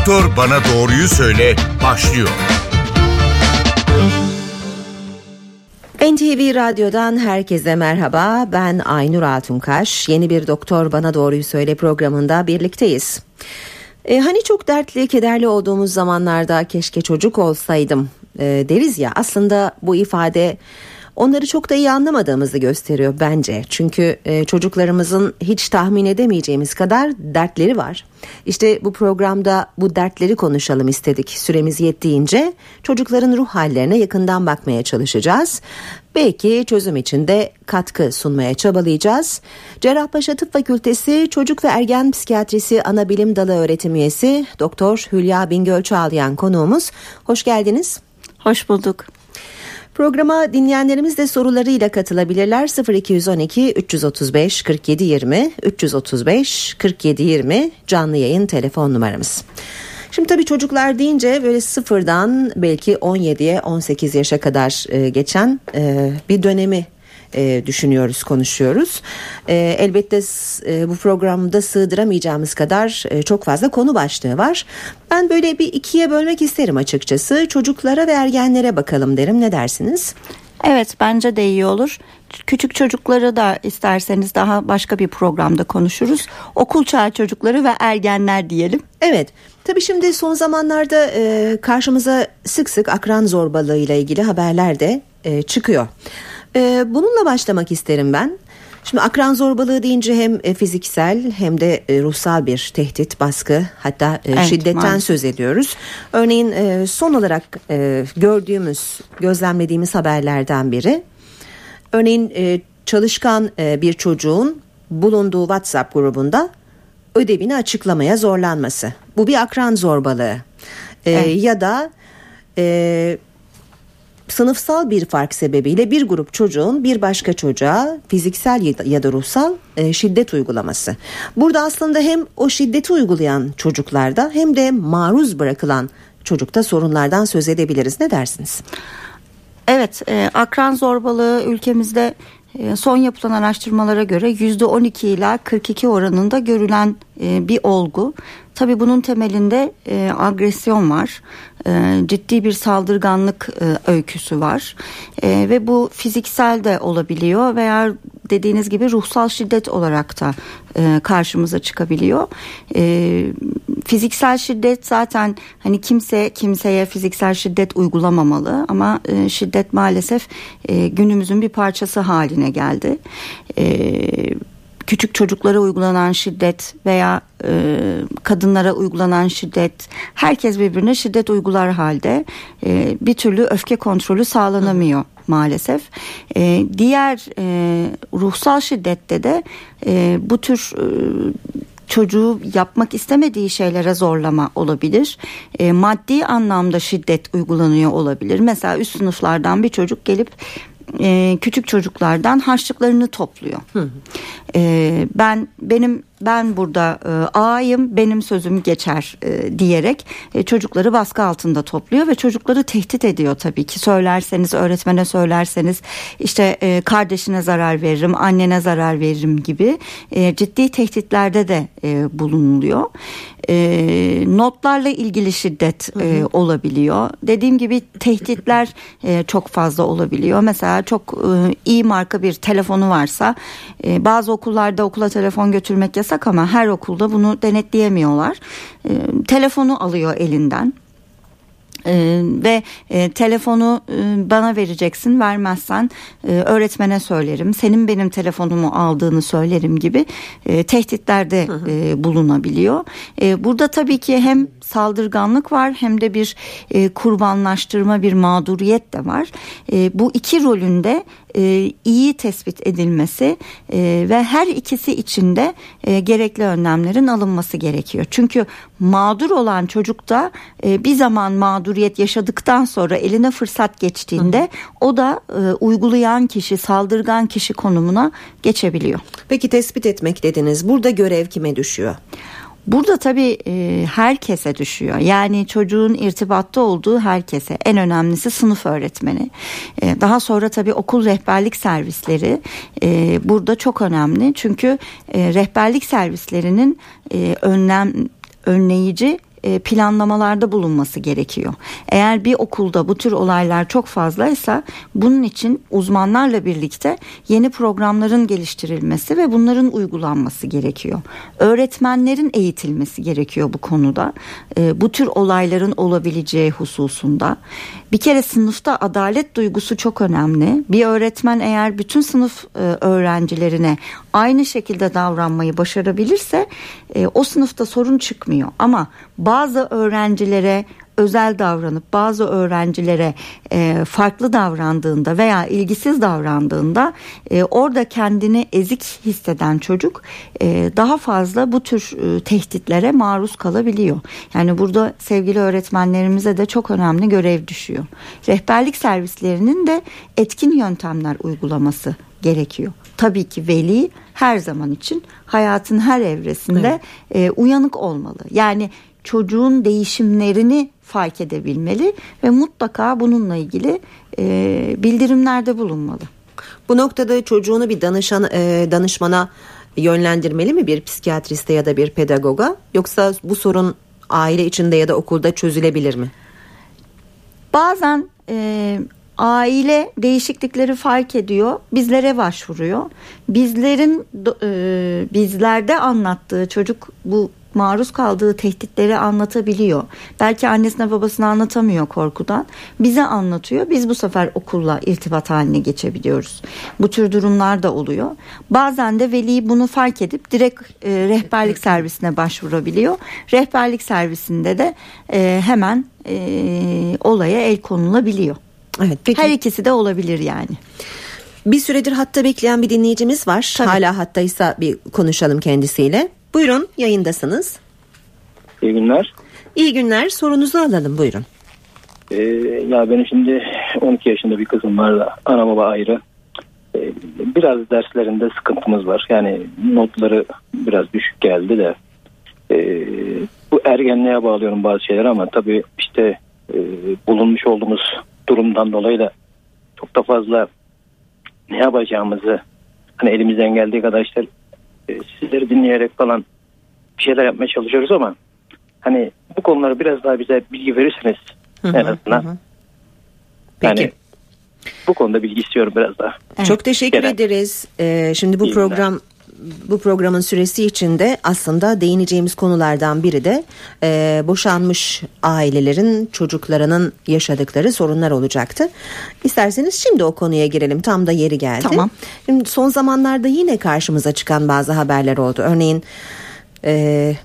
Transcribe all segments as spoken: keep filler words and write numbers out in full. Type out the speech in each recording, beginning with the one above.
Doktor Bana Doğruyu Söyle başlıyor. N T V Radyo'dan herkese merhaba. Ben Aynur Altunkaş. Yeni bir Doktor Bana Doğruyu Söyle programında birlikteyiz. E, hani çok dertli, kederli olduğumuz zamanlarda keşke çocuk olsaydım e, deriz ya. Aslında bu ifade onları çok da iyi anlamadığımızı gösteriyor bence. Çünkü e, çocuklarımızın hiç tahmin edemeyeceğimiz kadar dertleri var. İşte bu programda bu dertleri konuşalım istedik. Süremiz yettiğince çocukların ruh hallerine yakından bakmaya çalışacağız. Belki çözüm için de katkı sunmaya çabalayacağız. Cerrahpaşa Tıp Fakültesi Çocuk ve Ergen Psikiyatrisi Anabilim Dalı Öğretim Üyesi Doktor Hülya Bingöl Çağlayan konuğumuz. Hoş geldiniz. Hoş bulduk. Programa dinleyenlerimiz de sorularıyla katılabilirler. sıfır iki on iki üç otuz beş kırk yedi yirmi üç otuz beş kırk yedi yirmi canlı yayın telefon numaramız. Şimdi tabii çocuklar deyince böyle sıfırdan belki on yediye on sekiz yaşa kadar geçen bir dönemi düşünüyoruz, konuşuyoruz. Elbette bu programda sığdıramayacağımız kadar çok fazla konu başlığı var. Ben böyle bir ikiye bölmek isterim açıkçası. Çocuklara ve ergenlere bakalım derim. Ne dersiniz? Evet, bence de iyi olur. Küçük çocukları da isterseniz daha başka bir programda konuşuruz. Okul çağı çocukları ve ergenler diyelim. Evet. Tabii şimdi son zamanlarda e, karşımıza sık sık akran zorbalığı ile ilgili haberler de e, çıkıyor. E, bununla başlamak isterim ben. Şimdi akran zorbalığı deyince hem e, fiziksel hem de e, ruhsal bir tehdit, baskı, hatta e, evet, şiddetten maalesef söz ediyoruz. Örneğin e, son olarak e, gördüğümüz, gözlemlediğimiz haberlerden biri. Örneğin e, çalışkan e, bir çocuğun bulunduğu WhatsApp grubunda ödevini açıklamaya zorlanması. Bu bir akran zorbalığı. E, evet. Ya da e, sınıfsal bir fark sebebiyle bir grup çocuğun bir başka çocuğa fiziksel ya da ruhsal e, şiddet uygulaması. Burada aslında hem o şiddeti uygulayan çocuklarda hem de maruz bırakılan çocukta sorunlardan söz edebiliriz. Ne dersiniz? Evet, e, akran zorbalığı ülkemizde e, son yapılan araştırmalara göre yüzde on iki ila kırk iki oranında görülen e, bir olgu. Tabii bunun temelinde e, agresyon var, e, ciddi bir saldırganlık e, öyküsü var e, ve bu fiziksel de olabiliyor veya dediğiniz gibi ruhsal şiddet olarak da e, karşımıza çıkabiliyor. E, fiziksel şiddet zaten hani kimse kimseye fiziksel şiddet uygulamamalı ama e, şiddet maalesef e, günümüzün bir parçası haline geldi. Evet. Küçük çocuklara uygulanan şiddet veya e, kadınlara uygulanan şiddet, herkes birbirine şiddet uygular halde e, bir türlü öfke kontrolü sağlanamıyor maalesef. E, diğer e, ruhsal şiddette de e, bu tür e, çocuğu yapmak istemediği şeylere zorlama olabilir. E, maddi anlamda şiddet uygulanıyor olabilir. Mesela üst sınıflardan bir çocuk gelip Ee, küçük çocuklardan harçlıklarını topluyor. Hı. Ee, ben benim ben burada e, ağayım, benim sözüm geçer e, diyerek e, çocukları baskı altında topluyor ve çocukları tehdit ediyor tabii ki. Söylerseniz, öğretmene söylerseniz işte e, kardeşine zarar veririm, annene zarar veririm gibi e, ciddi tehditlerde de e, bulunuluyor. E, notlarla ilgili şiddet e, olabiliyor. Dediğim gibi tehditler e, çok fazla olabiliyor. Mesela çok e, iyi marka bir telefonu varsa e, bazı okullarda okula telefon götürmek yasak ama her okulda bunu denetleyemiyorlar. E, telefonu alıyor elinden. Ee, ve e, telefonu e, bana vereceksin, vermezsen e, öğretmene söylerim, senin benim telefonumu aldığını söylerim gibi e, tehditlerde e, bulunabiliyor. E, burada tabii ki hem saldırganlık var hem de bir e, kurbanlaştırma, bir mağduriyet de var. E, bu iki rolün de e, iyi tespit edilmesi e, ve her ikisi için de e, gerekli önlemlerin alınması gerekiyor. Çünkü mağdur olan çocukta e, bir zaman mağduriyet yaşadıktan sonra eline fırsat geçtiğinde Hı. o da e, uygulayan kişi, saldırgan kişi konumuna geçebiliyor. Peki tespit etmek dediniz. Burada görev kime düşüyor? Burada tabii e, herkese düşüyor. Yani çocuğun irtibatta olduğu herkese. En önemlisi sınıf öğretmeni. E, daha sonra tabii okul rehberlik servisleri e, burada çok önemli. Çünkü e, rehberlik servislerinin e, önlem önleyici e, planlamalarda bulunması gerekiyor. Eğer bir okulda bu tür olaylar çok fazlaysa bunun için uzmanlarla birlikte yeni programların geliştirilmesi ve bunların uygulanması gerekiyor. Öğretmenlerin eğitilmesi gerekiyor bu konuda. E, bu tür olayların olabileceği hususunda. Bir kere sınıfta adalet duygusu çok önemli. Bir öğretmen eğer bütün sınıf e, öğrencilerine aynı şekilde davranmayı başarabilirse e, o sınıfta sorun çıkmıyor. Ama bazı öğrencilere özel davranıp bazı öğrencilere e, farklı davrandığında veya ilgisiz davrandığında e, orada kendini ezik hisseden çocuk e, daha fazla bu tür e, tehditlere maruz kalabiliyor. Yani burada sevgili öğretmenlerimize de çok önemli görev düşüyor. Rehberlik servislerinin de etkin yöntemler uygulaması gerekiyor. Tabii ki veli her zaman için hayatın her evresinde evet. e, uyanık olmalı. Yani çocuğun değişimlerini fark edebilmeli ve mutlaka bununla ilgili e, bildirimlerde bulunmalı. Bu noktada çocuğunu bir danışan e, danışmana yönlendirmeli mi, bir psikiyatriste ya da bir pedagoga, yoksa bu sorun aile içinde ya da okulda çözülebilir mi? Bazen e, aile değişiklikleri fark ediyor, bizlere başvuruyor. Bizlerin e, bizlerde anlattığı çocuk bu maruz kaldığı tehditleri anlatabiliyor. Belki annesine babasına anlatamıyor korkudan. Bize anlatıyor. Biz bu sefer okulla irtibat haline geçebiliyoruz. Bu tür durumlar da oluyor. Bazen de veli bunu fark edip direkt e, rehberlik servisine başvurabiliyor. Rehberlik servisinde de e, hemen e, olaya el konulabiliyor. Evet, peki. Her ikisi de olabilir yani. Bir süredir hatta bekleyen bir dinleyicimiz var. Tabii. Hala hattaysa bir konuşalım kendisiyle. Buyurun, yayındasınız. İyi günler. İyi günler. Sorunuzu alalım, buyurun. Ee, ya benim şimdi on iki yaşında bir kızım var da ana baba ayrı. Ee, biraz derslerinde sıkıntımız var. Yani notları biraz düşük geldi de. Ee, bu ergenliğe bağlıyorum bazı şeyler ama tabii işte e, bulunmuş olduğumuz durumdan dolayı da çok da fazla ne yapacağımızı, hani elimizden geldiği kadar işte e, sizleri dinleyerek falan bir şeyler yapmaya çalışıyoruz ama hani bu konuları biraz daha bize bilgi verirseniz hı hı, en azından. Hı. Peki. Yani bu konuda bilgi istiyorum biraz daha. Evet. Çok teşekkür Genel. ederiz. Ee, şimdi bu İyi program günler. Bu programın süresi içinde aslında değineceğimiz konulardan biri de e, boşanmış ailelerin çocuklarının yaşadıkları sorunlar olacaktı. İsterseniz şimdi o konuya girelim. Tam da yeri geldi. Tamam. Şimdi son zamanlarda yine karşımıza çıkan bazı haberler oldu. Örneğin e,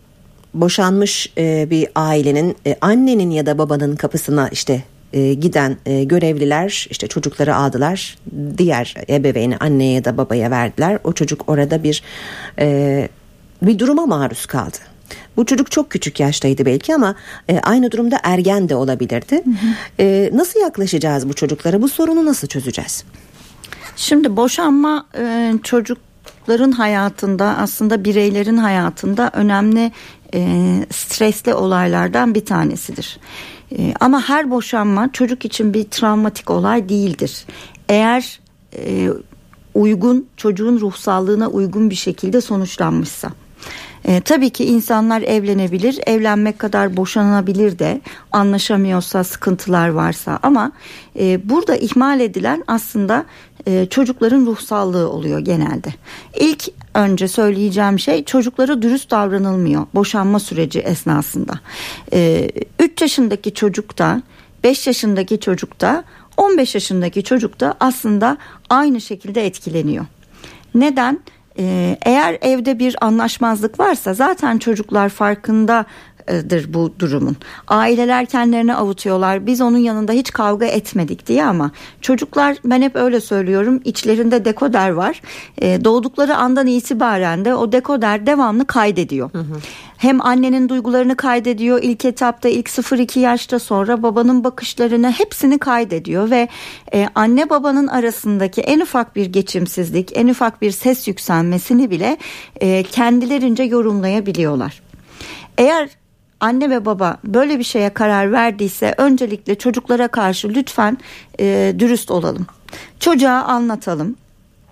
boşanmış e, bir ailenin e, annenin ya da babanın kapısına işte E, giden e, görevliler işte çocukları aldılar, diğer ebeveyni anneye ya da babaya verdiler. O çocuk orada bir e, bir duruma maruz kaldı. Bu çocuk çok küçük yaştaydı belki ama e, aynı durumda ergen de olabilirdi. Hı hı. E, nasıl yaklaşacağız bu çocuklara? Bu sorunu nasıl çözeceğiz? Şimdi boşanma e, çocukların hayatında, aslında bireylerin hayatında önemli e, stresli olaylardan bir tanesidir. Ee, ama her boşanma çocuk için bir travmatik olay değildir. Eğer e, uygun, çocuğun ruh sağlığına uygun bir şekilde sonuçlanmışsa. E, tabii ki insanlar evlenebilir, evlenmek kadar boşanabilir de, anlaşamıyorsa, sıkıntılar varsa, ama e, burada ihmal edilen aslında e, çocukların ruh sağlığı oluyor genelde. İlk önce söyleyeceğim şey, çocuklara dürüst davranılmıyor boşanma süreci esnasında. E, üç yaşındaki çocukta, beş yaşındaki çocukta, on beş yaşındaki çocukta aslında aynı şekilde etkileniyor. Neden? Eğer evde bir anlaşmazlık varsa zaten çocuklar farkındadır bu durumun. Aileler kendilerini avutuyorlar. Biz onun yanında hiç kavga etmedik diye, ama çocuklar, ben hep öyle söylüyorum, içlerinde dekoder var. Doğdukları andan itibaren de o dekoder devamlı kaydediyor. Hı hı. Hem annenin duygularını kaydediyor ilk etapta, ilk sıfır iki yaşta, sonra babanın bakışlarını, hepsini kaydediyor ve e, anne babanın arasındaki en ufak bir geçimsizlik, en ufak bir ses yükselmesini bile e, kendilerince yorumlayabiliyorlar. Eğer anne ve baba böyle bir şeye karar verdiyse, öncelikle çocuklara karşı lütfen e, dürüst olalım. Çocuğa anlatalım.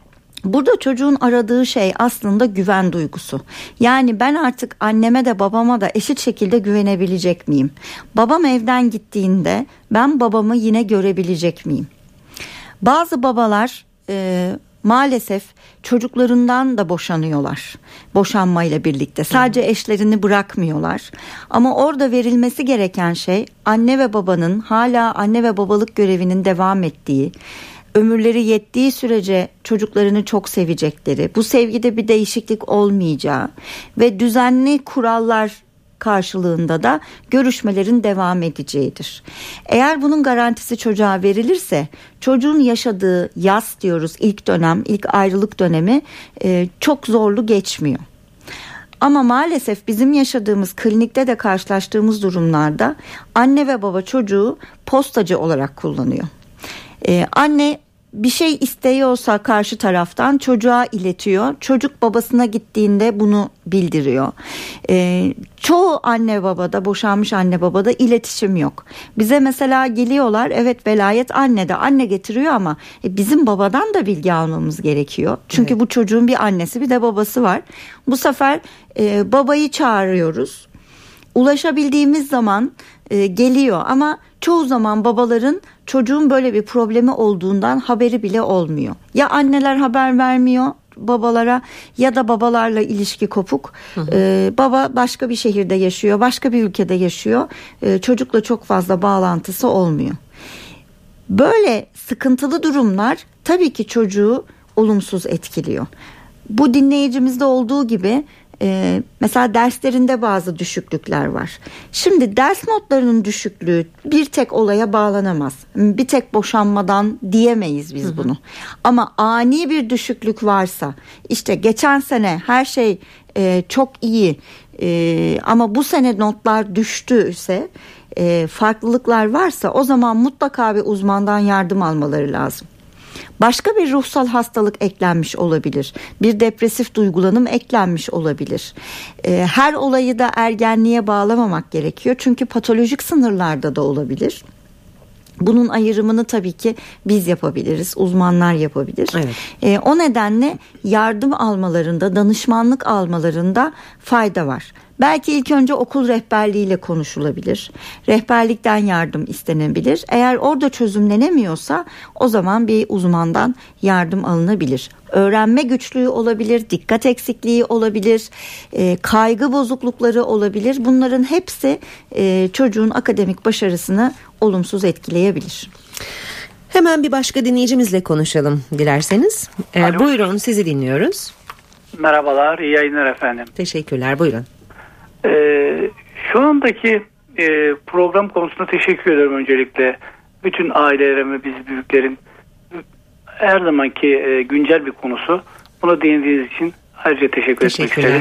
Burada çocuğun aradığı şey aslında güven duygusu. Yani ben artık anneme de babama da eşit şekilde güvenebilecek miyim? Babam evden gittiğinde ben babamı yine görebilecek miyim? Bazı babalar e, maalesef çocuklarından da boşanıyorlar. Boşanmayla birlikte sadece eşlerini bırakmıyorlar. Ama orada verilmesi gereken şey anne ve babanın hala anne ve babalık görevinin devam ettiği, ömürleri yettiği sürece çocuklarını çok sevecekleri, bu sevgide bir değişiklik olmayacağı ve düzenli kurallar karşılığında da görüşmelerin devam edeceğidir. Eğer bunun garantisi çocuğa verilirse çocuğun yaşadığı yas diyoruz ilk dönem, ilk ayrılık dönemi e, çok zorlu geçmiyor. Ama maalesef bizim yaşadığımız klinikte de karşılaştığımız durumlarda anne ve baba çocuğu postacı olarak kullanıyor. Ee, anne bir şey isteyiyorsa karşı taraftan çocuğa iletiyor. Çocuk babasına gittiğinde bunu bildiriyor. Ee, çoğu anne babada, boşanmış anne babada iletişim yok. Bize mesela geliyorlar, evet velayet annede, anne getiriyor ama e, bizim babadan da bilgi almamız gerekiyor. Çünkü evet, bu çocuğun bir annesi bir de babası var. Bu sefer e, babayı çağırıyoruz. Ulaşabildiğimiz zaman e, geliyor ama çoğu zaman babaların çocuğun böyle bir problemi olduğundan haberi bile olmuyor. Ya anneler haber vermiyor babalara ya da babalarla ilişki kopuk. Hı hı. Ee, baba başka bir şehirde yaşıyor, başka bir ülkede yaşıyor. Ee, çocukla çok fazla bağlantısı olmuyor. Böyle sıkıntılı durumlar tabii ki çocuğu olumsuz etkiliyor. Bu dinleyicimizde olduğu gibi Ee, mesela derslerinde bazı düşüklükler var. Şimdi ders notlarının düşüklüğü bir tek olaya bağlanamaz. Bir tek boşanmadan diyemeyiz biz hı hı. bunu. Ama ani bir düşüklük varsa, işte geçen sene her şey e, çok iyi e, ama bu sene notlar düştüyse, e, farklılıklar varsa o zaman mutlaka bir uzmandan yardım almaları lazım. Başka bir ruhsal hastalık eklenmiş olabilir. Bir depresif duygulanım eklenmiş olabilir. Ee, her olayı da ergenliğe bağlamamak gerekiyor. Çünkü patolojik sınırlarda da olabilir. Bunun ayrımını tabii ki biz yapabiliriz, uzmanlar yapabilir. Evet. Ee, o nedenle yardım almalarında, danışmanlık almalarında fayda var. Belki ilk önce okul rehberliğiyle konuşulabilir. Rehberlikten yardım istenebilir. Eğer orada çözümlenemiyorsa o zaman bir uzmandan yardım alınabilir. Öğrenme güçlüğü olabilir, dikkat eksikliği olabilir, e, kaygı bozuklukları olabilir. Bunların hepsi e, çocuğun akademik başarısını olumsuz etkileyebilir. Hemen bir başka dinleyicimizle konuşalım dilerseniz. E, buyurun, sizi dinliyoruz. Merhabalar, iyi yayınlar efendim. Teşekkürler, buyurun. Ee, şu andaki e, program konusunda teşekkür ederim öncelikle. Bütün ailelerime, biz büyüklerin her zamanki e, güncel bir konusu. Buna değindiğiniz için ayrıca teşekkür etmek isterim.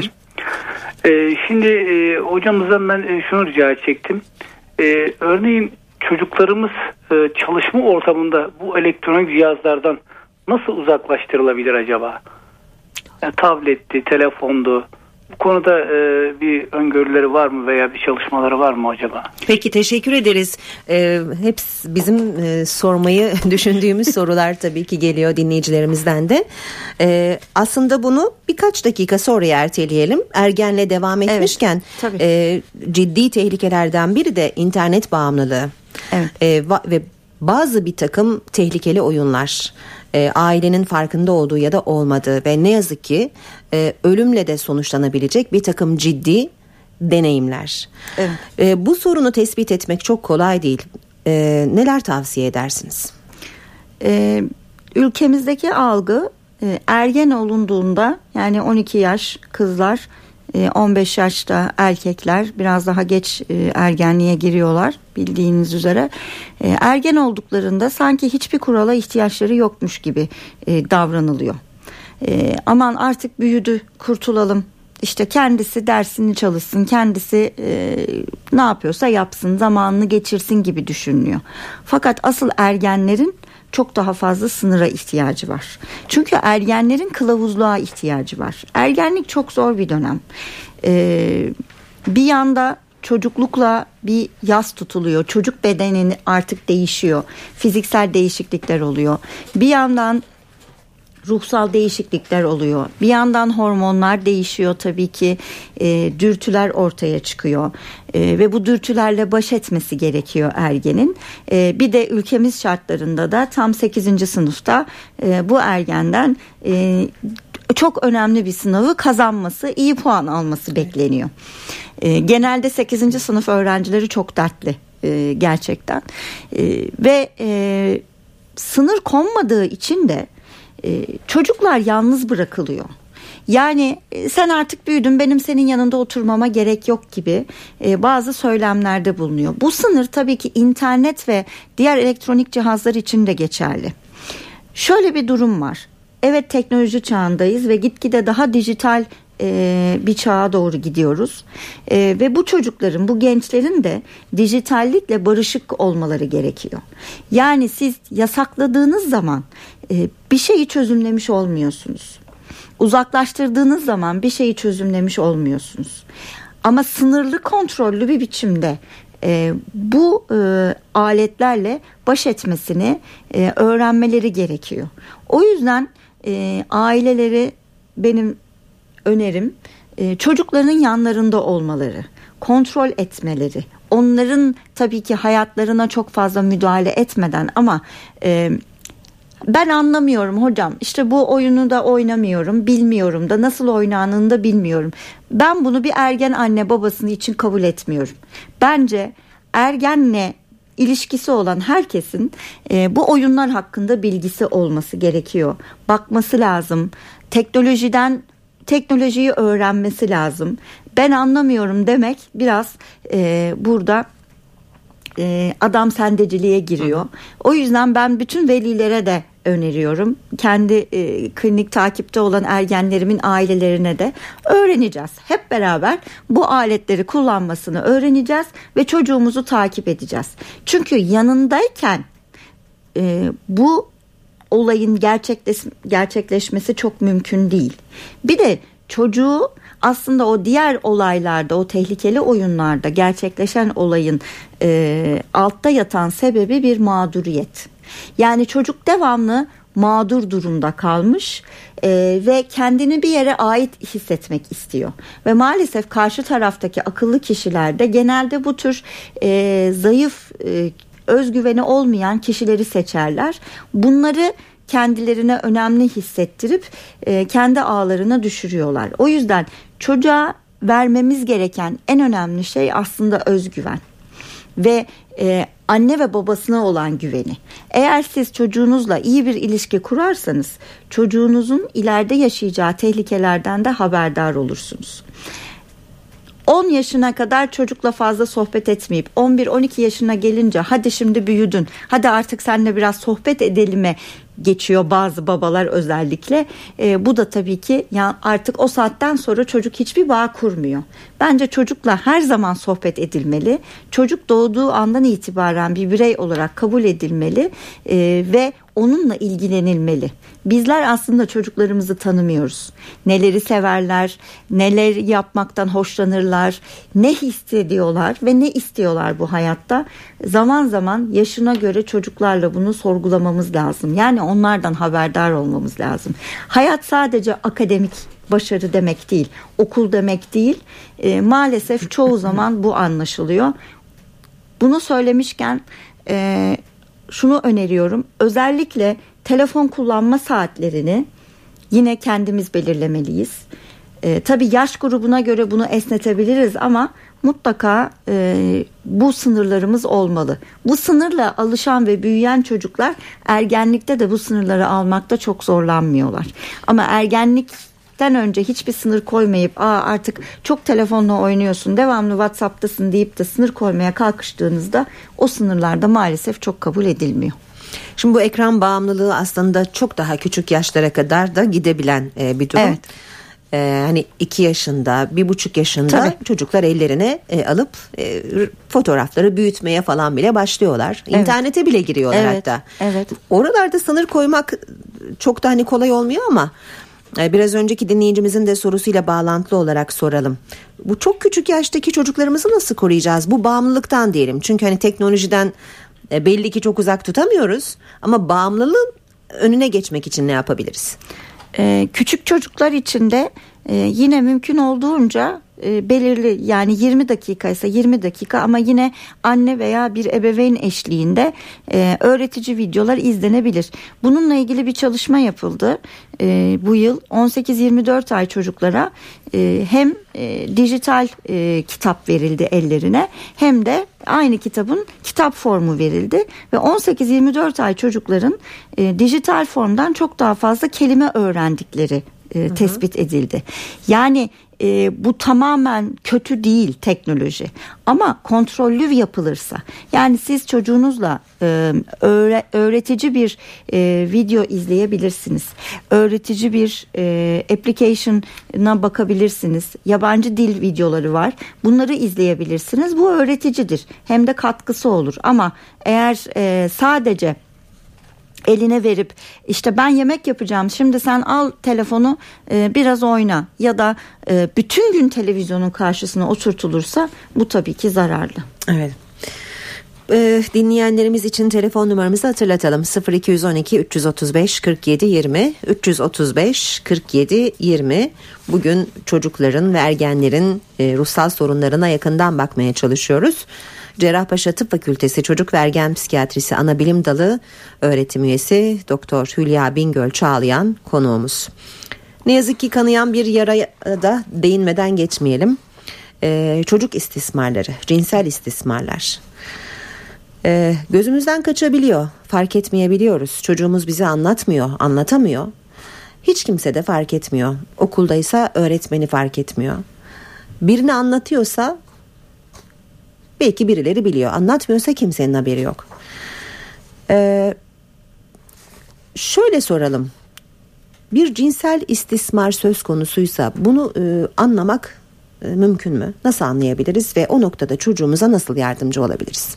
Ee, şimdi e, hocamızdan ben e, şunu rica edecektim. E, örneğin çocuklarımız e, çalışma ortamında bu elektronik cihazlardan nasıl uzaklaştırılabilir acaba? Yani tabletti, telefondu. Bu konuda e, bir öngörüleri var mı veya bir çalışmaları var mı acaba? Peki, teşekkür ederiz. Ee, hepsi bizim e, sormayı düşündüğümüz sorular tabii ki geliyor dinleyicilerimizden de. Ee, aslında bunu birkaç dakika sonraya erteleyelim. Ergenle devam etmişken evet, e, ciddi tehlikelerden biri de internet bağımlılığı. Evet. E, va- ve bazı bir takım tehlikeli oyunlar. E, ailenin farkında olduğu ya da olmadığı ve ne yazık ki e, ölümle de sonuçlanabilecek bir takım ciddi deneyimler. Evet. E, bu sorunu tespit etmek çok kolay değil. E, neler tavsiye edersiniz? E, ülkemizdeki algı e, ergen olunduğunda, yani on iki yaş kızlar, on beş yaşta erkekler biraz daha geç ergenliğe giriyorlar bildiğiniz üzere. Ergen olduklarında sanki hiçbir kurala ihtiyaçları yokmuş gibi davranılıyor. Aman artık büyüdü, kurtulalım. İşte kendisi dersini çalışsın, kendisi ne yapıyorsa yapsın, zamanını geçirsin gibi düşünülüyor. Fakat asıl ergenlerin çok daha fazla sınıra ihtiyacı var. Çünkü ergenlerin kılavuzluğa ihtiyacı var. Ergenlik çok zor bir dönem. Ee, bir yanda çocuklukla bir yas tutuluyor. Çocuk bedeni artık değişiyor. Fiziksel değişiklikler oluyor. Bir yandan ruhsal değişiklikler oluyor. Bir yandan hormonlar değişiyor tabii ki, e, dürtüler ortaya çıkıyor e, ve bu dürtülerle baş etmesi gerekiyor ergenin. E, bir de ülkemiz şartlarında da tam sekizinci sınıfta e, bu ergenden e, çok önemli bir sınavı kazanması, iyi puan alması bekleniyor. E, genelde sekizinci sınıf öğrencileri çok dertli e, gerçekten e, ve e, sınır konmadığı için de e, çocuklar yalnız bırakılıyor. Yani e, sen artık büyüdün, benim senin yanında oturmama gerek yok gibi e, bazı söylemlerde bulunuyor. Bu sınır tabii ki internet ve diğer elektronik cihazlar için de geçerli. Şöyle bir durum var. Evet, teknoloji çağındayız ve gitgide daha dijital e, bir çağa doğru gidiyoruz. E, ve bu çocukların, bu gençlerin de dijitallikle barışık olmaları gerekiyor. Yani siz yasakladığınız zaman e, bir şeyi çözümlemiş olmuyorsunuz. Uzaklaştırdığınız zaman bir şeyi çözümlemiş olmuyorsunuz. Ama sınırlı, kontrollü bir biçimde e, bu e, aletlerle baş etmesini e, öğrenmeleri gerekiyor. O yüzden e, aileleri benim önerim e, çocukların yanlarında olmaları, kontrol etmeleri, onların tabii ki hayatlarına çok fazla müdahale etmeden ama e, ben anlamıyorum hocam, işte bu oyunu da oynamıyorum, bilmiyorum da, nasıl oynandığını da bilmiyorum. Ben bunu bir ergen anne babasının için kabul etmiyorum. Bence ergenle ilişkisi olan herkesin e, bu oyunlar hakkında bilgisi olması gerekiyor. Bakması lazım. Teknolojiden teknolojiyi öğrenmesi lazım. Ben anlamıyorum demek biraz e, burada e, adam sendeciliğe giriyor. O yüzden ben bütün velilere de öneriyorum. Kendi e, klinik takipte olan ergenlerimin ailelerine de öğreneceğiz. Hep beraber bu aletleri kullanmasını öğreneceğiz ve çocuğumuzu takip edeceğiz. Çünkü yanındayken e, bu olayın gerçekleş, gerçekleşmesi çok mümkün değil. Bir de çocuğu aslında o diğer olaylarda, o tehlikeli oyunlarda gerçekleşen olayın e, altta yatan sebebi bir mağduriyet. Yani çocuk devamlı mağdur durumda kalmış e, ve kendini bir yere ait hissetmek istiyor. Ve maalesef karşı taraftaki akıllı kişiler de genelde bu tür e, zayıf, e, özgüveni olmayan kişileri seçerler. Bunları kendilerine önemli hissettirip e, kendi ağlarına düşürüyorlar. O yüzden çocuğa vermemiz gereken en önemli şey aslında özgüven ve e, anne ve babasına olan güveni. Eğer siz çocuğunuzla iyi bir ilişki kurarsanız çocuğunuzun ileride yaşayacağı tehlikelerden de haberdar olursunuz. on yaşına kadar çocukla fazla sohbet etmeyip on bir on iki yaşına gelince hadi şimdi büyüdün, hadi artık seninle biraz sohbet edelime geçiyor bazı babalar özellikle. E, bu da tabii ki ya artık o saatten sonra çocuk hiçbir bağ kurmuyor. Bence çocukla her zaman sohbet edilmeli. Çocuk doğduğu andan itibaren bir birey olarak kabul edilmeli e, ve onunla ilgilenilmeli. Bizler aslında çocuklarımızı tanımıyoruz. Neleri severler, neler yapmaktan hoşlanırlar, ne hissediyorlar ve ne istiyorlar bu hayatta. Zaman zaman yaşına göre çocuklarla bunu sorgulamamız lazım. Yani onlardan haberdar olmamız lazım. Hayat sadece akademik başarı demek değil, okul demek değil. E, maalesef çoğu zaman bu anlaşılıyor. Bunu söylemişken e, şunu öneriyorum. Özellikle telefon kullanma saatlerini yine kendimiz belirlemeliyiz. E, tabii yaş grubuna göre bunu esnetebiliriz ama mutlaka e, bu sınırlarımız olmalı. Bu sınırla alışan ve büyüyen çocuklar ergenlikte de bu sınırları almakta çok zorlanmıyorlar. Ama ergenlikten önce hiçbir sınır koymayıp Aa, artık çok telefonla oynuyorsun, devamlı WhatsApp'tasın deyip de sınır koymaya kalkıştığınızda o sınırlarda maalesef çok kabul edilmiyor. Şimdi bu ekran bağımlılığı aslında çok daha küçük yaşlara kadar da gidebilen e, bir durum. Evet. Ee, hani iki yaşında, bir buçuk yaşında Tabii. çocuklar ellerine e, alıp e, fotoğrafları büyütmeye falan bile başlıyorlar. Evet. İnternete bile giriyorlar evet. hatta. Evet. Oralarda sınır koymak çok da hani kolay olmuyor ama e, biraz önceki dinleyicimizin de sorusuyla bağlantılı olarak soralım. Bu çok küçük yaştaki çocuklarımızı nasıl koruyacağız? Bu bağımlılıktan diyelim. Çünkü hani teknolojiden e, belli ki çok uzak tutamıyoruz ama bağımlılığın önüne geçmek için ne yapabiliriz? Ee, küçük çocuklar için de e, yine mümkün olduğunca e, belirli, yani yirmi dakika ise yirmi dakika ama yine anne veya bir ebeveyn eşliğinde e, öğretici videolar izlenebilir. Bununla ilgili bir çalışma yapıldı e, bu yıl. on sekiz yirmi dört ay çocuklara e, hem e, dijital e, kitap verildi ellerine, hem de aynı kitabın kitap formu verildi ve on sekiz yirmi dört ay çocukların e, dijital formdan çok daha fazla kelime öğrendikleri e, tespit edildi. Yani e, bu tamamen kötü değil teknoloji, ama kontrollü yapılırsa, yani siz çocuğunuzla e, öğre, öğretici bir e, video izleyebilirsiniz, öğretici bir e, application'a bakabilirsiniz, yabancı dil videoları var, bunları izleyebilirsiniz, bu öğreticidir, hem de katkısı olur. Ama eğer e, sadece eline verip işte ben yemek yapacağım, şimdi sen al telefonu e, biraz oyna, ya da e, bütün gün televizyonun karşısına oturtulursa bu tabii ki zararlı. Evet. Ee, dinleyenlerimiz için telefon numaramızı hatırlatalım. sıfır iki on iki üç otuz beş kırk yedi yirmi üç otuz beş kırk yedi yirmi. Bugün çocukların ve ergenlerin e, ruhsal sorunlarına yakından bakmaya çalışıyoruz. Cerrahpaşa Tıp Fakültesi Çocuk ve Ergen Psikiyatrisi Anabilim Dalı öğretim üyesi Doktor Hülya Bingöl Çağlayan konuğumuz. Ne yazık ki kanayan bir yaraya da değinmeden geçmeyelim. Ee, çocuk istismarları, cinsel istismarlar. Ee, gözümüzden kaçabiliyor, fark etmeyebiliyoruz. Çocuğumuz bize anlatmıyor, anlatamıyor. Hiç kimse de fark etmiyor. Okuldaysa öğretmeni fark etmiyor. Birini anlatıyorsa belki birileri biliyor. Anlatmıyorsa kimsenin haberi yok. Ee, şöyle soralım. Bir cinsel istismar söz konusuysa bunu e, anlamak e, mümkün mü? Nasıl anlayabiliriz ve o noktada çocuğumuza nasıl yardımcı olabiliriz?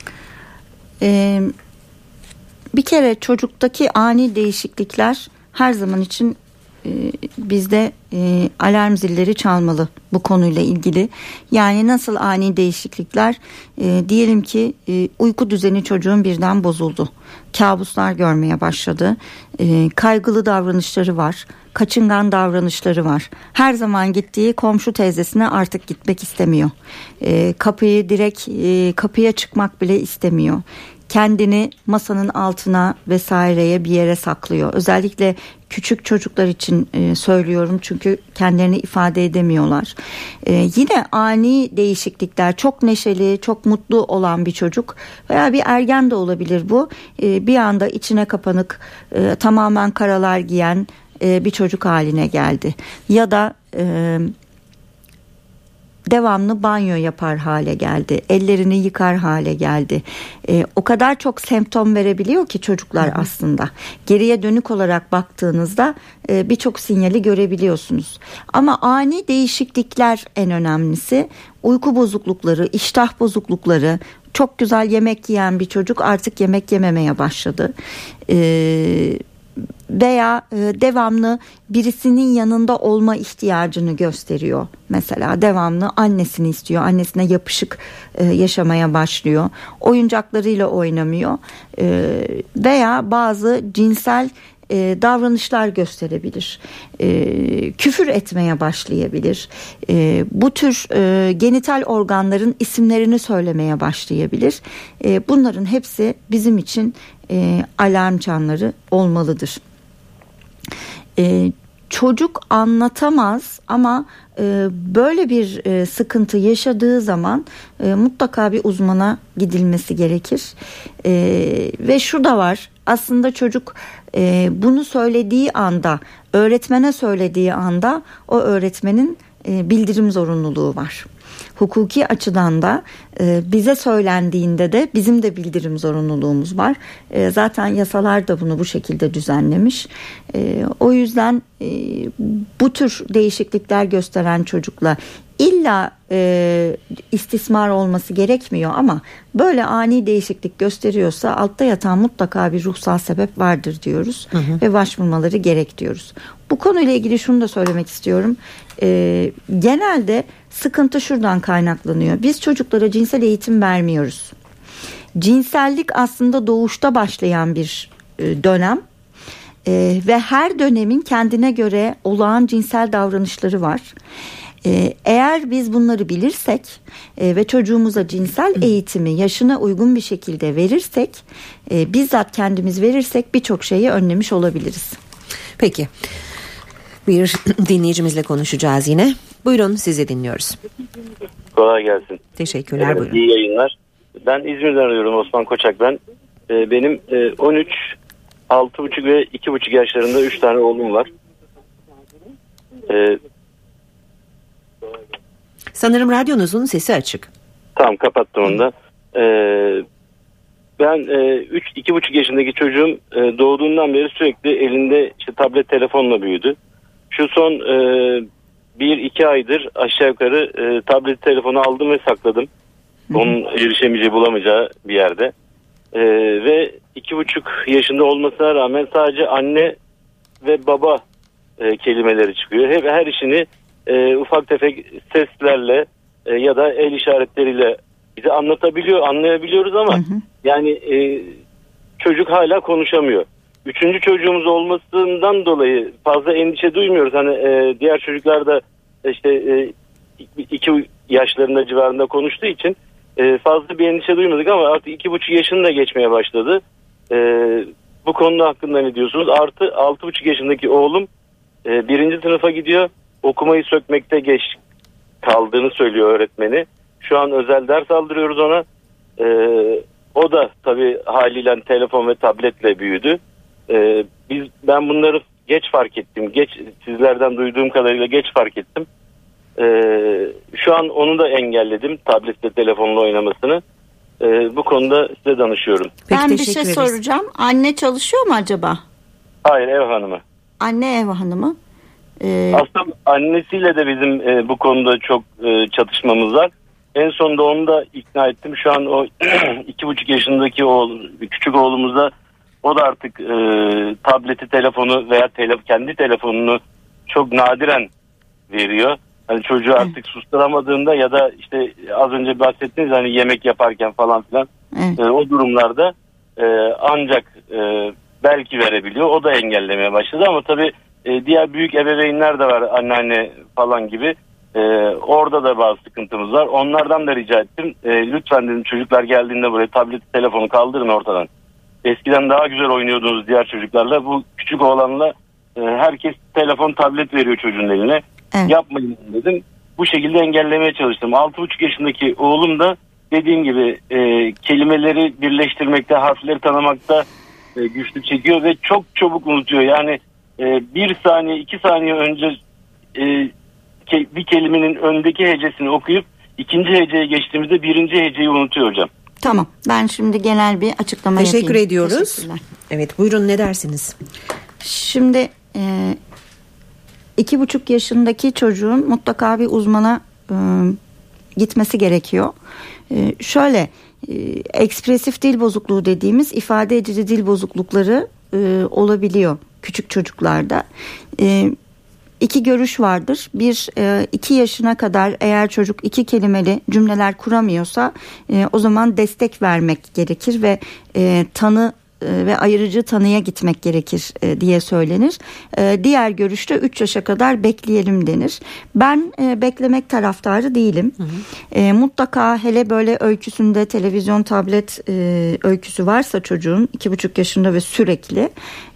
Ee, bir kere çocuktaki ani değişiklikler her zaman için e, bizde e, alarm zilleri çalmalı bu konuyla ilgili. Yani nasıl ani değişiklikler? E, diyelim ki e, uyku düzeni çocuğun birden bozuldu. Kabuslar görmeye başladı. E, kaygılı davranışları var. Kaçıngan davranışları var. Her zaman gittiği komşu teyzesine artık gitmek istemiyor. E, kapıyı direkt e, kapıya çıkmak bile istemiyor. Kendini masanın altına vesaireye bir yere saklıyor. Özellikle küçük çocuklar için e, söylüyorum, çünkü kendilerini ifade edemiyorlar. E, yine ani değişiklikler, çok neşeli, çok mutlu olan bir çocuk veya bir ergen de olabilir bu. E, bir anda içine kapanık, e, tamamen karalar giyen e, bir çocuk haline geldi. Ya da e, devamlı banyo yapar hale geldi. Ellerini yıkar hale geldi. Ee, o kadar çok semptom verebiliyor ki çocuklar, hı hı. aslında. Geriye dönük olarak baktığınızda e, birçok sinyali görebiliyorsunuz. Ama ani değişiklikler en önemlisi. Uyku bozuklukları, iştah bozuklukları. Çok güzel yemek yiyen bir çocuk artık yemek yememeye başladı. Eee veya e, devamlı birisinin yanında olma ihtiyacını gösteriyor. Mesela devamlı annesini istiyor, annesine yapışık e, yaşamaya başlıyor. Oyuncaklarıyla oynamıyor e, veya bazı cinsel e, davranışlar gösterebilir. E, küfür etmeye başlayabilir. E, bu tür e, genital organların isimlerini söylemeye başlayabilir. E, bunların hepsi bizim için e, alarm çanları olmalıdır. Ee, çocuk anlatamaz ama e, böyle bir e, sıkıntı yaşadığı zaman e, mutlaka bir uzmana gidilmesi gerekir. E, ve şu da var, aslında çocuk e, bunu söylediği anda, öğretmene söylediği anda o öğretmenin e, bildirim zorunluluğu var. Hukuki açıdan da e, bize söylendiğinde de bizim de bildirim zorunluluğumuz var. E, zaten yasalar da bunu bu şekilde düzenlemiş. E, o yüzden e, bu tür değişiklikler gösteren çocukla illa e, istismar olması gerekmiyor, ama böyle ani değişiklik gösteriyorsa altta yatan mutlaka bir ruhsal sebep vardır diyoruz, hı hı. ve başvurmaları gerek diyoruz. Bu konuyla ilgili şunu da söylemek istiyorum. E, genelde sıkıntı şuradan kaynaklanıyor. Biz çocuklara cinsel eğitim vermiyoruz. Cinsellik aslında doğuşta başlayan bir e, dönem. Ee, ve her dönemin kendine göre olağan cinsel davranışları var. Ee, eğer biz bunları bilirsek e, ve çocuğumuza cinsel eğitimi yaşına uygun bir şekilde verirsek, e, bizzat kendimiz verirsek birçok şeyi önlemiş olabiliriz. Peki. Bir dinleyicimizle konuşacağız yine. Buyurun, sizi dinliyoruz. Kolay gelsin. Teşekkürler, Evet, buyurun. İyi yayınlar. Ben İzmir'den arıyorum, Osman Koçak ben. Ee, benim e, on üç, altı buçuk ve iki buçuk yaşlarında üç tane oğlum var. Ee, Sanırım radyonuzun sesi açık. tamam, kapattım onu da. Ee, ben üç iki buçuk yaşındaki çocuğum e, doğduğundan beri sürekli elinde işte tablet telefonla büyüdü. Şu son e, bir iki aydır aşağı yukarı e, tablet telefonu aldım ve sakladım. Onun erişemeyeceği, bulamayacağı bir yerde. E, ve iki buçuk yaşında olmasına rağmen sadece anne ve baba e, kelimeleri çıkıyor. Hep her işini e, ufak tefek seslerle e, ya da el işaretleriyle bize anlatabiliyor, anlayabiliyoruz ama hı hı. yani e, çocuk hala konuşamıyor. Üçüncü çocuğumuz olmasından dolayı fazla endişe duymuyoruz. Hani e, diğer çocuklar da işte e, iki yaşlarında civarında konuştuğu için e, fazla bir endişe duymadık ama artık iki buçuk yaşını da geçmeye başladı. E, bu konuda hakkında ne diyorsunuz? Artı altı buçuk yaşındaki oğlum e, birinci sınıfa gidiyor. Okumayı sökmekte geç kaldığını söylüyor öğretmeni. Şu an özel ders aldırıyoruz ona. Ee, o da tabii haliyle telefon ve tabletle büyüdü. Ee, biz ben bunları geç fark ettim. Geç sizlerden duyduğum kadarıyla geç fark ettim. Ee, şu an onu da engelledim, tabletle telefonla oynamasını. Ee, bu konuda size danışıyorum. Peki, ben bir şey ederiz. soracağım. Anne çalışıyor mu acaba? Hayır, ev hanımı. Anne ev hanımı. Ee... Aslında annesiyle de bizim e, bu konuda çok e, çatışmamız var. En sonunda onu da ikna ettim. Şu an o iki buçuk yaşındaki oğul, küçük oğlumuza o da artık e, tableti, telefonu veya tele, kendi telefonunu çok nadiren veriyor. Hani çocuğu artık evet. susturamadığında ya da işte az önce bahsettiniz hani yemek yaparken falan filan evet. e, o durumlarda e, ancak e, belki verebiliyor. O da engellemeye başladı ama tabii e, diğer büyük ebeveynler de var, anneanne falan gibi. Ee, orada da bazı sıkıntımız var. Onlardan da rica ettim. Ee, lütfen dedim, çocuklar geldiğinde buraya tablet, telefonu kaldırın ortadan. Eskiden daha güzel oynuyordunuz diğer çocuklarla. Bu küçük oğlanla e, herkes telefon, tablet veriyor çocuğun eline. Evet. Yapmayın dedim. Bu şekilde engellemeye çalıştım. altı buçuk yaşındaki oğlum da dediğim gibi e, kelimeleri birleştirmekte, harfleri tanımakta e, güçlük çekiyor ve çok çabuk unutuyor. Yani e, bir saniye, iki saniye önce e, bir kelimenin öndeki hecesini okuyup ikinci heceye geçtiğimizde birinci heceyi unutuyor hocam. Tamam, ben şimdi genel bir açıklama Teşekkür yapayım. ediyoruz. Evet, buyurun, ne dersiniz? Şimdi e, iki buçuk yaşındaki çocuğun mutlaka bir uzmana e, gitmesi gerekiyor. E, şöyle e, ekspresif dil bozukluğu dediğimiz ifade edici dil bozuklukları e, olabiliyor küçük çocuklarda. E, İki görüş vardır. Bir, iki yaşına kadar eğer çocuk iki kelimeli cümleler kuramıyorsa o zaman destek vermek gerekir ve tanı ve ayırıcı tanıya gitmek gerekir diye söylenir. Diğer görüşte üç yaşa kadar bekleyelim denir. Ben beklemek taraftarı değilim. Hı hı. Mutlaka hele böyle öyküsünde televizyon, tablet öyküsü varsa çocuğun iki buçuk yaşında ve sürekli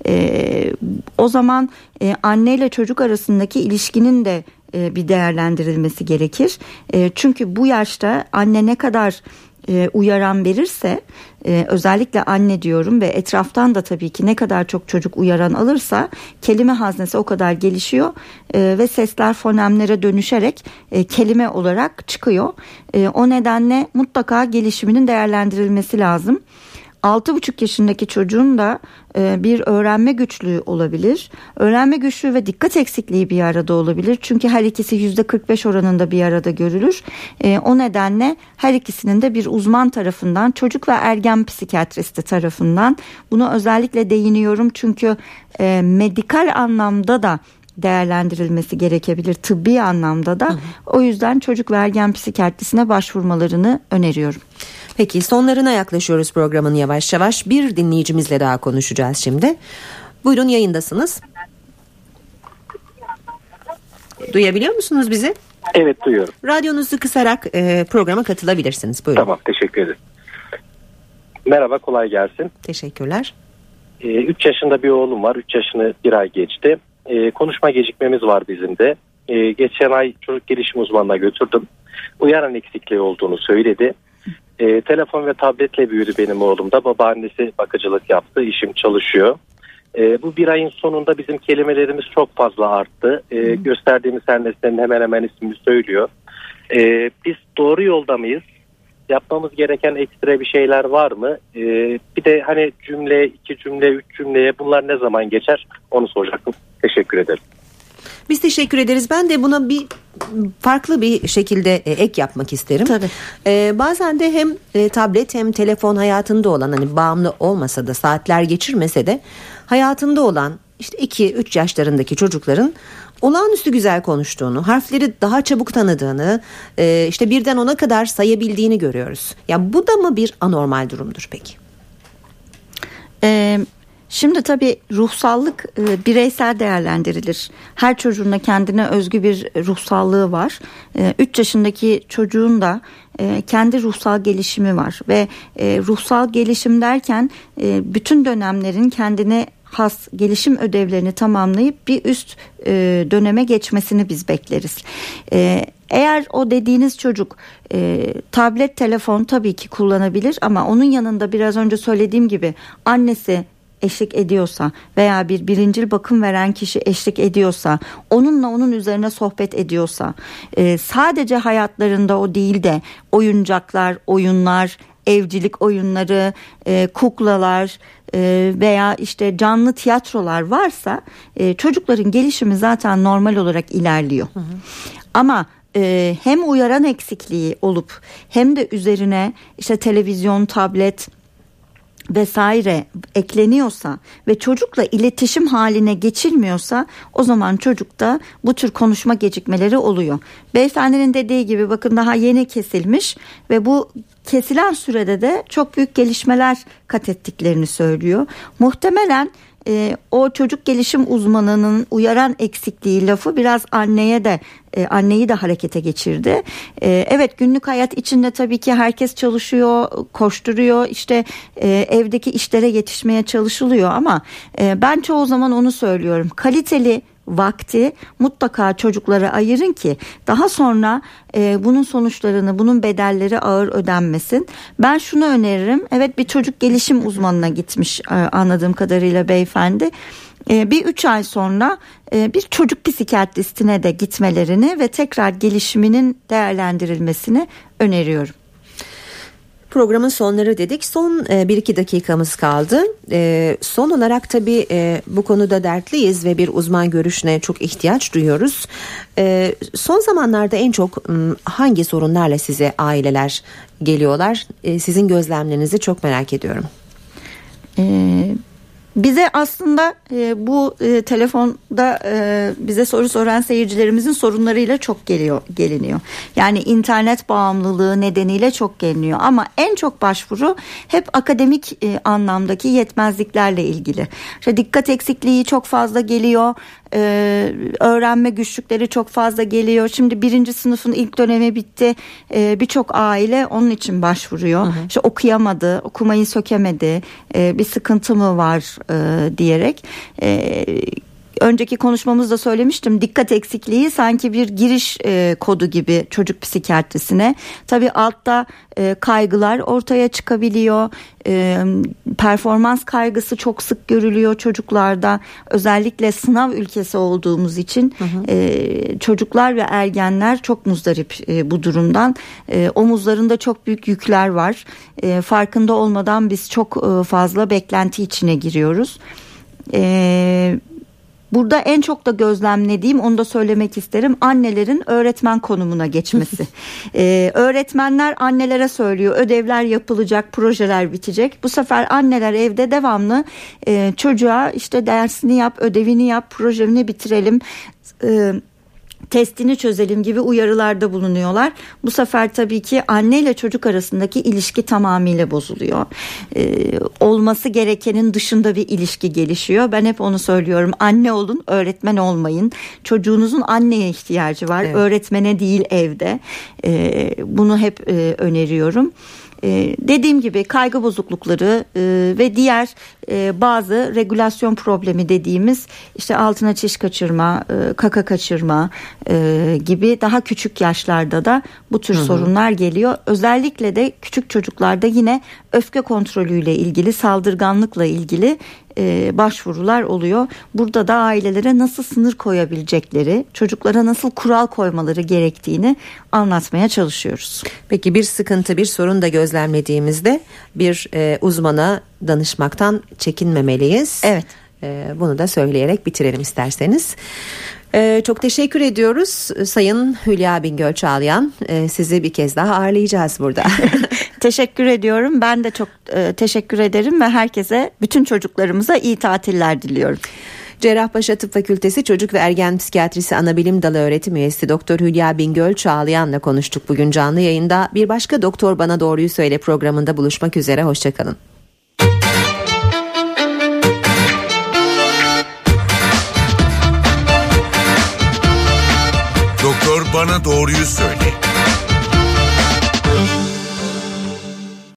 o zaman anneyle çocuk arasındaki ilişkinin de bir değerlendirilmesi gerekir. Çünkü bu yaşta anne ne kadar E, uyaran verirse e, özellikle anne diyorum ve etraftan da tabii ki ne kadar çok çocuk uyaran alırsa kelime haznesi o kadar gelişiyor e, ve sesler fonemlere dönüşerek e, kelime olarak çıkıyor. E, o nedenle mutlaka gelişiminin değerlendirilmesi lazım. altı buçuk yaşındaki çocuğun da e, bir öğrenme güçlüğü olabilir. Öğrenme güçlüğü ve dikkat eksikliği bir arada olabilir. Çünkü her ikisi yüzde kırk beş oranında bir arada görülür. E, o nedenle her ikisinin de bir uzman tarafından, çocuk ve ergen psikiyatristi tarafından, buna özellikle değiniyorum. Çünkü e, medikal anlamda da değerlendirilmesi gerekebilir, tıbbi anlamda da. Hı hı. O yüzden çocuk ve ergen psikiyatrisine başvurmalarını öneriyorum. Peki, sonlarına yaklaşıyoruz programın yavaş yavaş. Bir dinleyicimizle daha konuşacağız şimdi. Buyurun, yayındasınız. Duyabiliyor musunuz bizi? Evet, duyuyorum. Radyonuzu kısarak e, programa katılabilirsiniz. Buyurun. Tamam, teşekkür ederim. Merhaba, kolay gelsin. Teşekkürler. üç yaşında bir oğlum var. üç yaşını bir ay geçti. Ee, konuşma gecikmemiz var bizim de. Ee, geçen ay çocuk gelişim uzmanına götürdüm. Uyaran eksikliği olduğunu söyledi. Ee, telefon ve tabletle büyüdü benim oğlum da. Babaannesi bakıcılık yaptı. İşim çalışıyor. Ee, bu bir ayın sonunda bizim kelimelerimiz çok fazla arttı. Ee, hmm. Gösterdiğimiz her nesnenin hemen hemen ismini söylüyor. Ee, biz doğru yolda mıyız? Yapmamız gereken ekstra bir şeyler var mı? Ee, bir de hani cümle, iki cümle, üç cümleye bunlar ne zaman geçer? Onu soracaktım. Teşekkür ederim. Biz teşekkür ederiz. Ben de buna bir farklı bir şekilde e, ek yapmak isterim. Tabii. Ee, bazen de hem e, tablet hem telefon hayatında olan, hani bağımlı olmasa da, saatler geçirmese de hayatında olan işte iki üç yaşlarındaki çocukların olağanüstü güzel konuştuğunu, harfleri daha çabuk tanıdığını, e, işte birden ona kadar sayabildiğini görüyoruz. Ya bu da mı bir anormal durumdur peki? Ee, şimdi tabii ruhsallık e, bireysel değerlendirilir. Her çocuğun da kendine özgü bir ruhsallığı var. üç yaşındaki çocuğun da e, kendi ruhsal gelişimi var ve e, ruhsal gelişim derken e, bütün dönemlerin kendine has gelişim ödevlerini tamamlayıp bir üst e, döneme geçmesini biz bekleriz. E, eğer o dediğiniz çocuk e, tablet, telefon tabii ki kullanabilir ama onun yanında biraz önce söylediğim gibi annesi eşlik ediyorsa veya bir birincil bakım veren kişi eşlik ediyorsa, onunla onun üzerine sohbet ediyorsa, e, sadece hayatlarında o değil de oyuncaklar, oyunlar, evcilik oyunları, e, kuklalar e, veya işte canlı tiyatrolar varsa e, çocukların gelişimi zaten normal olarak ilerliyor. Hı hı. Ama e, hem uyaran eksikliği olup hem de üzerine işte televizyon, tablet vesaire ekleniyorsa ve çocukla iletişim haline geçilmiyorsa, o zaman çocukta bu tür konuşma gecikmeleri oluyor. Beyefendinin dediği gibi bakın, daha yeni kesilmiş ve bu kesilen sürede de çok büyük gelişmeler kat ettiklerini söylüyor. Muhtemelen e, o çocuk gelişim uzmanının uyaran eksikliği lafı biraz anneye de e, anneyi de harekete geçirdi. E, evet, günlük hayat içinde tabii ki herkes çalışıyor, koşturuyor, işte e, evdeki işlere yetişmeye çalışılıyor ama e, ben çoğu zaman onu söylüyorum. Kaliteli vakti mutlaka çocuklara ayırın ki daha sonra e, bunun sonuçlarını, bunun bedelleri ağır ödenmesin. Ben şunu öneririm. Evet, bir çocuk gelişim uzmanına gitmiş e, anladığım kadarıyla beyefendi. E, bir üç ay sonra e, bir çocuk psikiyatristine de gitmelerini ve tekrar gelişiminin değerlendirilmesini öneriyorum. Programın sonları dedik. Son e, bir iki dakikamız kaldı. E, son olarak tabii e, bu konuda dertliyiz ve bir uzman görüşüne çok ihtiyaç duyuyoruz. E, son zamanlarda en çok m, hangi sorunlarla size aileler geliyorlar? E, sizin gözlemlerinizi çok merak ediyorum. Evet. Bize aslında e, bu e, telefonda e, bize soru soran seyircilerimizin sorunlarıyla çok geliyor geliniyor. Yani internet bağımlılığı nedeniyle çok geliniyor ama en çok başvuru hep akademik e, anlamdaki yetmezliklerle ilgili. İşte dikkat eksikliği çok fazla geliyor. Ee, öğrenme güçlükleri çok fazla geliyor. Şimdi birinci sınıfın ilk dönemi bitti. Ee, birçok aile onun için başvuruyor. Hı hı. İşte okuyamadı, okumayı sökemedi, ee, bir sıkıntı mı var e, diyerek. Ee, önceki konuşmamızda söylemiştim, dikkat eksikliği sanki bir giriş e, kodu gibi çocuk psikiyatrisine. Tabii altta e, kaygılar ortaya çıkabiliyor. E, performans kaygısı çok sık görülüyor çocuklarda. Özellikle sınav ülkesi olduğumuz için hı hı. E, çocuklar ve ergenler çok muzdarip e, bu durumdan. E, omuzlarında çok büyük yükler var. E, farkında olmadan biz çok e, fazla beklenti içine giriyoruz. E, Burada en çok da gözlemlediğim, onu da söylemek isterim, annelerin öğretmen konumuna geçmesi. ee, öğretmenler annelere söylüyor, ödevler yapılacak, projeler bitecek. Bu sefer anneler evde devamlı e, çocuğa işte dersini yap, ödevini yap, projeni bitirelim, e, testini çözelim gibi uyarılarda bulunuyorlar. Bu sefer tabii ki anne ile çocuk arasındaki ilişki tamamıyla bozuluyor. Ee, olması gerekenin dışında bir ilişki gelişiyor. Ben hep onu söylüyorum. Anne olun, öğretmen olmayın. Çocuğunuzun anneye ihtiyacı var. Evet. Öğretmene değil evde. Ee, bunu hep e, öneriyorum. Ee, dediğim gibi kaygı bozuklukları e, ve diğer e, bazı regülasyon problemi dediğimiz işte altına çiş kaçırma, e, kaka kaçırma e, gibi daha küçük yaşlarda da bu tür hı hı. sorunlar geliyor. Özellikle de küçük çocuklarda yine öfke kontrolüyle ilgili, saldırganlıkla ilgili e, başvurular oluyor. Burada da ailelere nasıl sınır koyabilecekleri, çocuklara nasıl kural koymaları gerektiğini anlatmaya çalışıyoruz. Peki bir sıkıntı, bir sorun da gözlemlediğimizde bir e, uzmana danışmaktan çekinmemeliyiz. Evet. E, bunu da söyleyerek bitirelim isterseniz. Ee, çok teşekkür ediyoruz Sayın Hülya Bingöl Çağlayan. Ee, sizi bir kez daha ağırlayacağız burada. Teşekkür ediyorum. Ben de çok e, teşekkür ederim ve herkese, bütün çocuklarımıza iyi tatiller diliyorum. Cerrahpaşa Tıp Fakültesi Çocuk ve Ergen Psikiyatrisi Anabilim Dalı Öğretim Üyesi Doktor Hülya Bingöl Çağlayan'la konuştuk bugün canlı yayında. Bir başka Doktor Bana Doğruyu Söyle programında buluşmak üzere. Hoşçakalın. Doktor Bana Doğruyu Söyle.